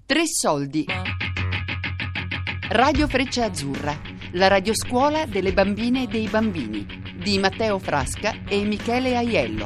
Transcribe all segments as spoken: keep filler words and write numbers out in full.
Tre soldi. Radio Freccia Azzurra, la radioscuola delle bambine e dei bambini, di Matteo Frasca e Michele Aiello.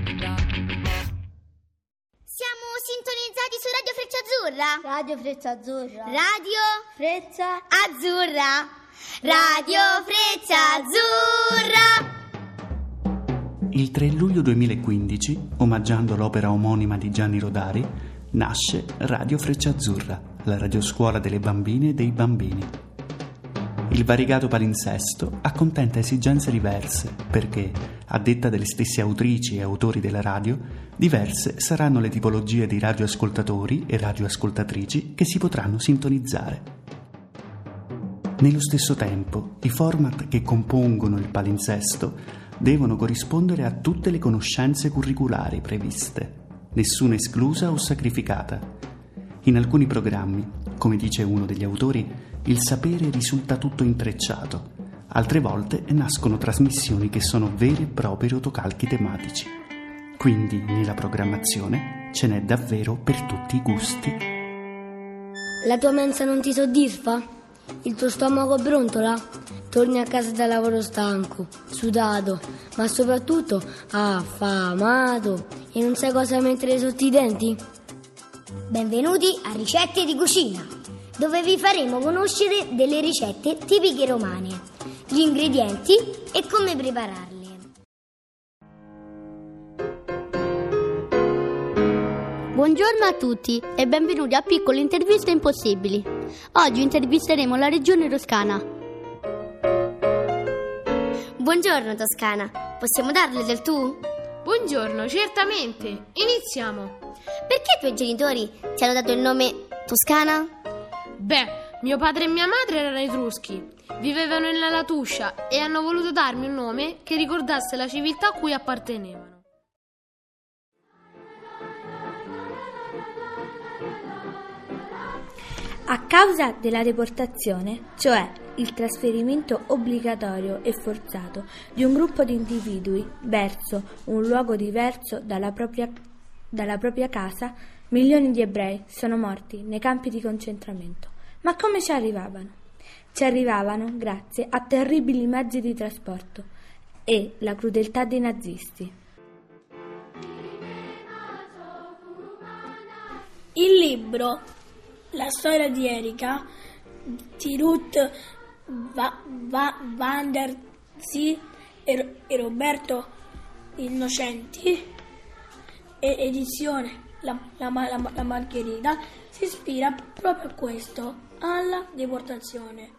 Siamo sintonizzati su Radio Freccia Azzurra. Radio Freccia Azzurra. Radio Freccia Azzurra. Radio Freccia Azzurra. Il tre luglio duemilaquindici, omaggiando l'opera omonima di Gianni Rodari, nasce Radio Freccia Azzurra, la radioscuola delle bambine e dei bambini. Il variegato palinsesto accontenta esigenze diverse perché, a detta delle stesse autrici e autori della radio, diverse saranno le tipologie di radioascoltatori e radioascoltatrici che si potranno sintonizzare. Nello stesso tempo, i format che compongono il palinsesto devono corrispondere a tutte le conoscenze curriculari previste, nessuna esclusa o sacrificata. In alcuni programmi, come dice uno degli autori, il sapere risulta tutto intrecciato, altre volte nascono trasmissioni che sono veri e propri rotocalchi tematici. Quindi nella programmazione ce n'è davvero per tutti i gusti. La tua mensa non ti soddisfa? Il tuo stomaco brontola? Torni a casa da lavoro stanco, sudato, ma soprattutto affamato e non sai cosa mettere sotto i denti? Benvenuti a Ricette di Cucina, dove vi faremo conoscere delle ricette tipiche romane, gli ingredienti e come prepararle. Buongiorno a tutti e benvenuti a Piccole Interviste Impossibili. Oggi intervisteremo la regione Toscana. Buongiorno Toscana, possiamo darle del tu? Buongiorno, certamente. Iniziamo. Perché i tuoi genitori ti hanno dato il nome Toscana? Beh, mio padre e mia madre erano etruschi, vivevano nella Latuscia e hanno voluto darmi un nome che ricordasse la civiltà a cui appartenevano. A causa della deportazione, cioè il trasferimento obbligatorio e forzato di un gruppo di individui verso un luogo diverso dalla propria, dalla propria casa, milioni di ebrei sono morti nei campi di concentramento. Ma come ci arrivavano? Ci arrivavano grazie a terribili mezzi di trasporto e la crudeltà dei nazisti. Il libro La storia di Erika di Ruth Va- Va- van der Zee e, e Roberto Innocenti, e edizione la, la, la, la Margherita, si ispira proprio a questo, alla deportazione.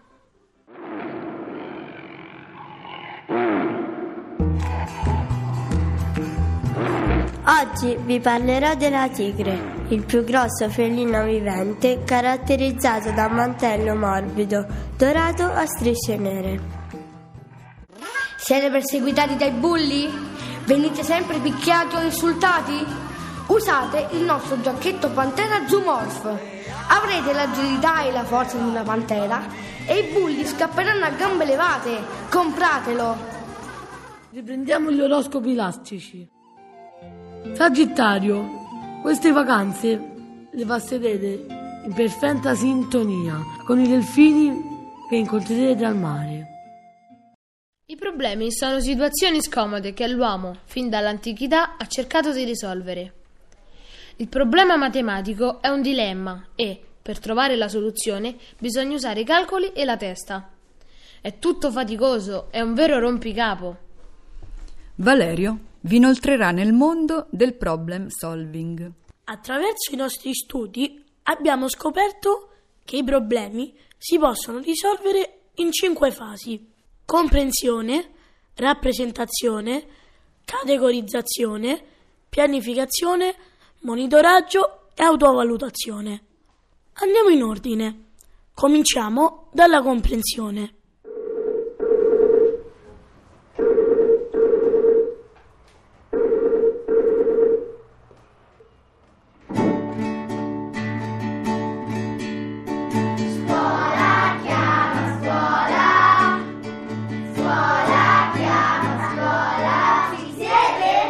Oggi vi parlerò della tigre, il più grosso felino vivente caratterizzato da un mantello morbido, dorato a strisce nere. Siete perseguitati dai bulli? Venite sempre picchiati o insultati? Usate il nostro giacchetto Pantera Zoomorph. Avrete l'agilità e la forza di una pantera e i bulli scapperanno a gambe levate. Compratelo! Riprendiamo gli oroscopi elastici. Sagittario, queste vacanze le passerete in perfetta sintonia con i delfini che incontrerete al mare. I problemi sono situazioni scomode che l'uomo, fin dall'antichità, ha cercato di risolvere. Il problema matematico è un dilemma e, per trovare la soluzione, bisogna usare i calcoli e la testa. È tutto faticoso, è un vero rompicapo. Valerio vi inoltrerà nel mondo del problem solving. Attraverso i nostri studi abbiamo scoperto che i problemi si possono risolvere in cinque fasi: comprensione, rappresentazione, categorizzazione, pianificazione, monitoraggio e autovalutazione. Andiamo in ordine. Cominciamo dalla comprensione.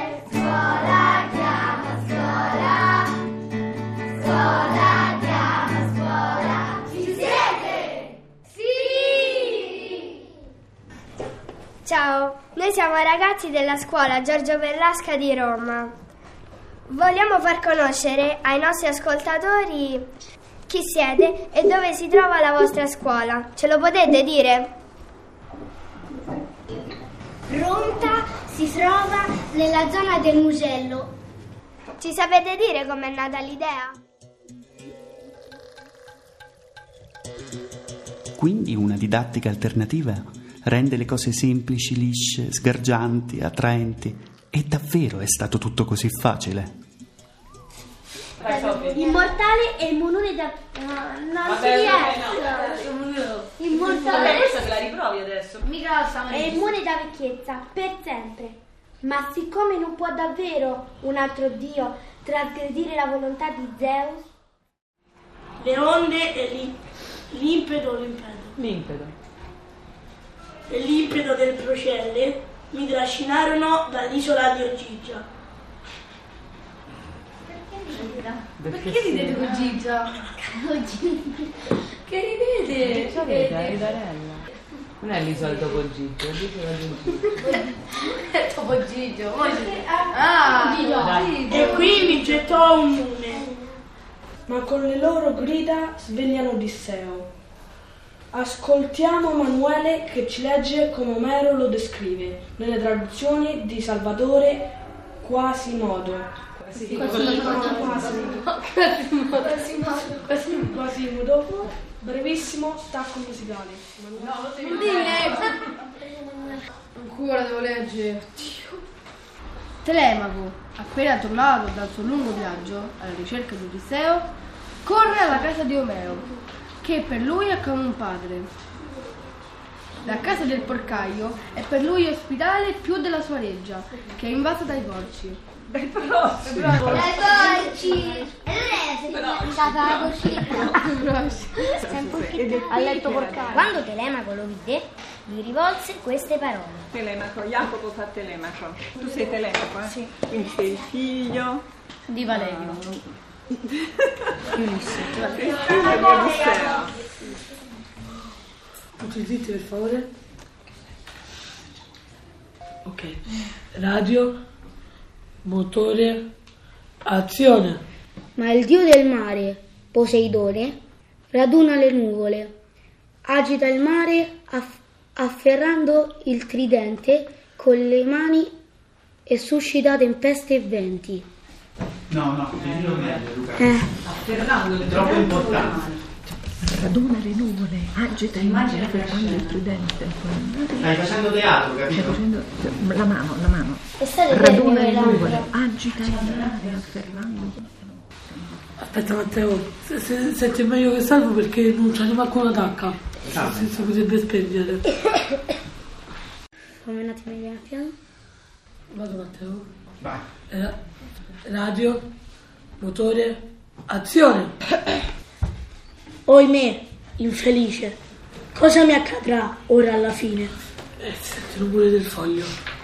Scuola chiama Ciao, noi siamo ragazzi della scuola Giorgio Perlasca di Roma. Vogliamo far conoscere ai nostri ascoltatori chi siete e dove si trova la vostra scuola. Ce lo potete dire? Pronta si trova nella zona del Mugello. Ci sapete dire com'è nata l'idea? Quindi una didattica alternativa rende le cose semplici, lisce, sgargianti, attraenti. E davvero è stato tutto così facile? Immortale e immunone da... No, non si riesce. Immortale. Adesso te la riprovi adesso. Mica è immune da vecchiezza, per sempre. Ma siccome non può davvero un altro dio trasgredire la volontà di Zeus, le onde e li, l'impeto, l'impeto. Limpedo. E l'impeto del procelle mi trascinarono dall'isola di Ogygia. Perché ridete con Gigia? Che ridete? Che ridete? Ridarella. Non è l'isola dopo Gigio, è l'isola di Gigio. È dopo Gigio. Ah, Gigio. E qui mi gettò un nome. Ma con le loro grida svegliano Odisseo. Ascoltiamo Emanuele che ci legge come Omero lo descrive nelle traduzioni di Salvatore Quasimodo. Quasimodo. Brevissimo stacco musicale. No, lo devi dire. Ancora devo leggere. Telemaco, appena tornato dal suo lungo viaggio alla ricerca di Odisseo, corre alla casa di Omero, che per lui è come un padre. La casa del porcaio è per lui ospitale più della sua reggia, che è invasa dai porci. Dai porci! dai porci! E non è stata la porcina. Ha letto porcaio. Quando Telemaco lo vide, gli rivolse queste parole. Telemaco, Jacopo fa Telemaco. Tu sei Telemaco, eh? Sì. Quindi sei il figlio di Valerio. Ulisse. Il figlio di Odisseo. Tutti zitti per favore. Ok. Radio, motore, azione. Ma il dio del mare, Poseidone, raduna le nuvole, agita il mare aff- afferrando il tridente con le mani e suscita tempeste e venti. No, no, dillo meglio, Luca. Eh. Afferrando è troppo importante. Raduna le nuvole, agita il mare afferrando il tridente. Stai facendo teatro, capito? Stai facendo la mano, la mano. State Raduna le fermi, nuvole, agita il mare afferrando. Aspetta Matteo, se, se, senti meglio che salvo perché non c'è neanche una tacca. Ah. Si, si potrebbe spegnere. Fammi un attimo vedere piano. Vado Matteo. Vai. Eh, radio, motore, azione. Oimè, infelice, cosa mi accadrà ora alla fine? Eh, senti l'umore del foglio.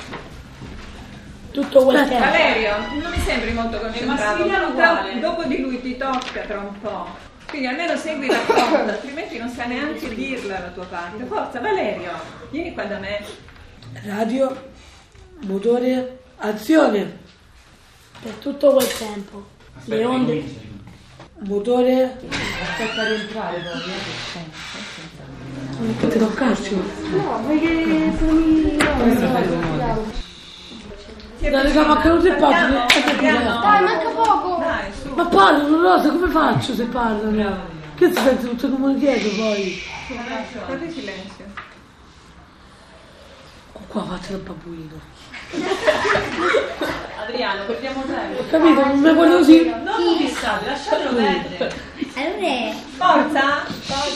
Tutto quel tempo. Valerio, non mi sembri molto concentrato. Massimiliano Tra- uguale. dopo di lui ti tocca tra un po'. Quindi almeno segui la cosa, altrimenti non sai neanche dirla la tua parte. Forza, Valerio, vieni qua da me. Radio, motore, azione. Per tutto quel tempo, Aspetta, le onde... incominci. Motore. Aspetta a rientrare poi. Non potete toccarci. No, perché sono... Dai, raga, mancano tre pagine. Dai, manca poco. Dai, su. Ma parlano, Rosa, come faccio se parlano? Che si sente tutto come chiedo poi? Fate silenzio. Qua faccio il babbuino. Adriano, perdiamo tempo. Ho capito, non mi guardo così. Non lo fissate, lasciatelo perdere. Allora, Forza!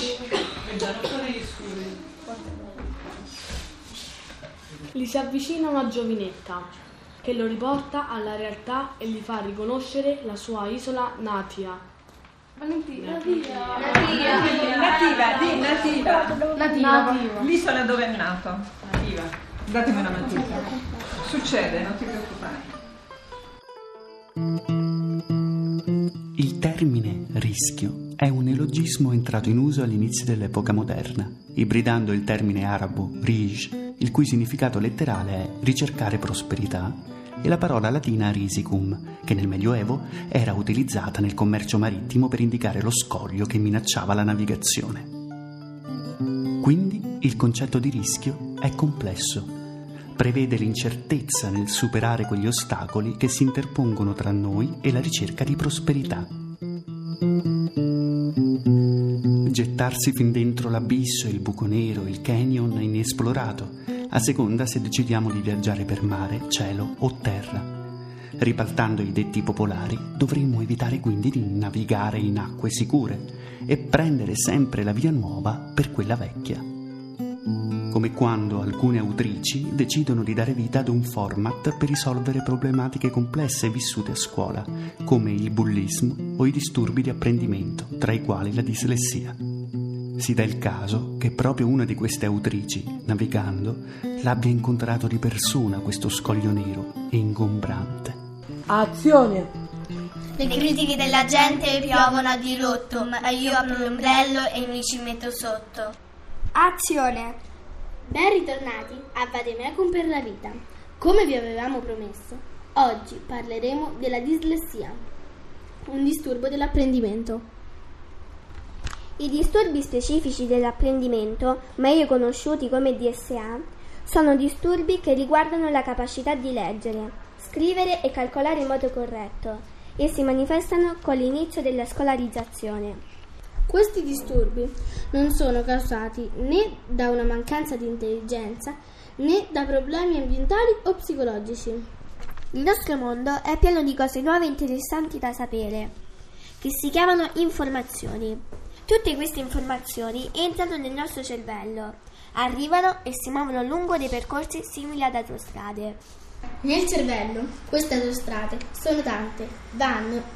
Gli si avvicina una giovinetta che lo riporta alla realtà e gli fa riconoscere la sua isola Natia. Nativa, di nativa. Nativa. L'isola dove è nato. Nativa. Datemi una matita. Succede, non ti preoccupare. Il termine rischio è un neologismo entrato in uso all'inizio dell'epoca moderna, ibridando il termine arabo rij il cui significato letterale è ricercare prosperità, e la parola latina risicum, che nel Medioevo era utilizzata nel commercio marittimo per indicare lo scoglio che minacciava la navigazione. Quindi il concetto di rischio è complesso. Prevede l'incertezza nel superare quegli ostacoli che si interpongono tra noi e la ricerca di prosperità. Gettarsi fin dentro l'abisso, il buco nero, il canyon inesplorato, a seconda se decidiamo di viaggiare per mare, cielo o terra. Ribaltando i detti popolari, dovremmo evitare quindi di navigare in acque sicure e prendere sempre la via nuova per quella vecchia. Come quando alcune autrici decidono di dare vita ad un format per risolvere problematiche complesse vissute a scuola, come il bullismo o i disturbi di apprendimento, tra i quali la dislessia. Si dà il caso che proprio una di queste autrici, navigando, l'abbia incontrato di persona questo scoglio nero e ingombrante. Azione! Le critiche della gente piovono a dirotto, ma io apro l'ombrello e mi ci metto sotto. Azione! Ben ritornati a Vademecum per la vita. Come vi avevamo promesso, oggi parleremo della dislessia, un disturbo dell'apprendimento. I disturbi specifici dell'apprendimento, meglio conosciuti come D S A, sono disturbi che riguardano la capacità di leggere, scrivere e calcolare in modo corretto e si manifestano con l'inizio della scolarizzazione. Questi disturbi non sono causati né da una mancanza di intelligenza né da problemi ambientali o psicologici. Il nostro mondo è pieno di cose nuove e interessanti da sapere, che si chiamano informazioni. Tutte queste informazioni entrano nel nostro cervello, arrivano e si muovono lungo dei percorsi simili ad autostrade. Nel cervello queste autostrade sono tante, vanno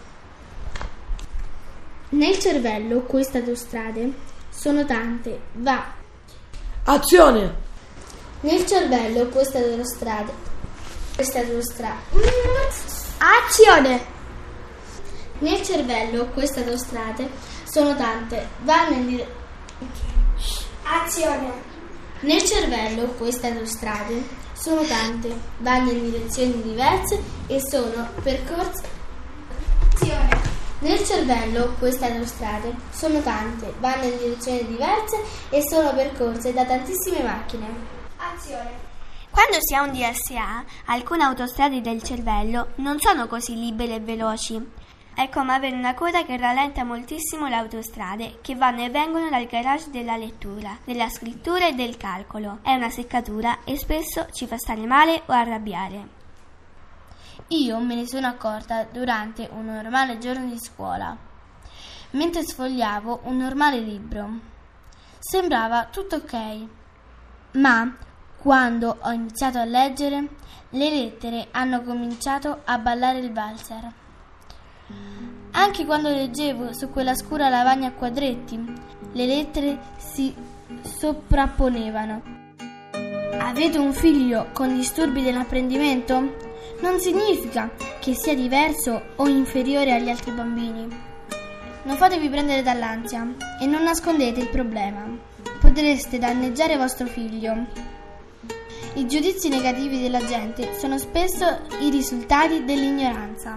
Nel cervello queste autostrade sono tante, va. Azione! Nel cervello queste autostrade. Queste autostrade. Azione! Nel cervello queste autostrade sono tante, vanno in dire... Azione! Nel cervello queste autostrade sono tante, vanno in direzioni diverse e sono percorsi... Azione! Nel cervello queste autostrade sono tante, vanno in direzioni diverse e sono percorse da tantissime macchine. Azione! Quando si ha un D S A, alcune autostrade del cervello non sono così libere e veloci. È come avere una coda che rallenta moltissimo le autostrade che vanno e vengono dal garage della lettura, della scrittura e del calcolo. È una seccatura e spesso ci fa stare male o arrabbiare. Io me ne sono accorta durante un normale giorno di scuola, mentre sfogliavo un normale libro. Sembrava tutto ok, ma quando ho iniziato a leggere, le lettere hanno cominciato a ballare il valzer. Anche quando leggevo su quella scura lavagna a quadretti, le lettere si sovrapponevano. Avete un figlio con disturbi dell'apprendimento? Non significa che sia diverso o inferiore agli altri bambini. Non fatevi prendere dall'ansia e non nascondete il problema. Potreste danneggiare vostro figlio. I giudizi negativi della gente sono spesso i risultati dell'ignoranza.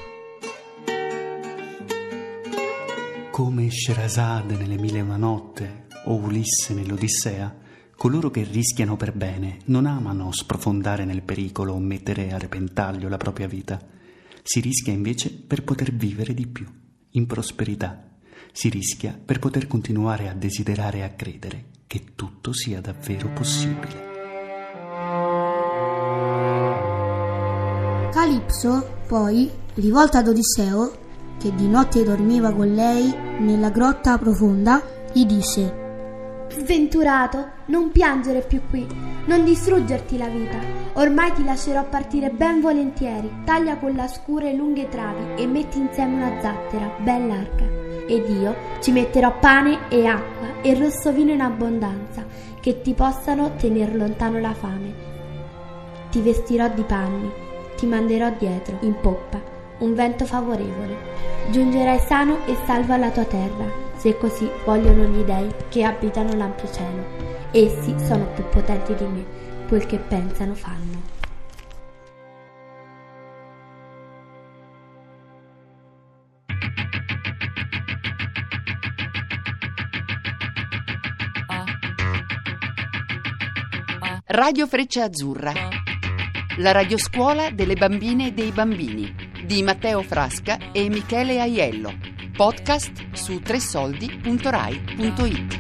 Come Sherazade nelle Mille e una notte o Ulisse nell'Odissea, coloro che rischiano per bene non amano sprofondare nel pericolo o mettere a repentaglio la propria vita. Si rischia invece per poter vivere di più, in prosperità. Si rischia per poter continuare a desiderare e a credere che tutto sia davvero possibile. Calipso, poi, rivolta ad Odisseo, che di notte dormiva con lei nella grotta profonda, gli disse: Sventurato, non piangere più qui, non distruggerti la vita. Ormai ti lascerò partire ben volentieri. Taglia con la scure lunghe travi e metti insieme una zattera ben larga. Ed io ci metterò pane e acqua e rosso vino in abbondanza, che ti possano tener lontano la fame. Ti vestirò di panni, ti manderò dietro, in poppa, un vento favorevole. Giungerai sano e salvo alla tua terra, se così vogliono gli dei che abitano l'ampio cielo. Essi sono più potenti di me. quel che pensano fanno. Radio Freccia Azzurra, la radioscuola delle bambine e dei bambini di Matteo Frasca e Michele Aiello. Podcast su tre soldi punto rai punto it.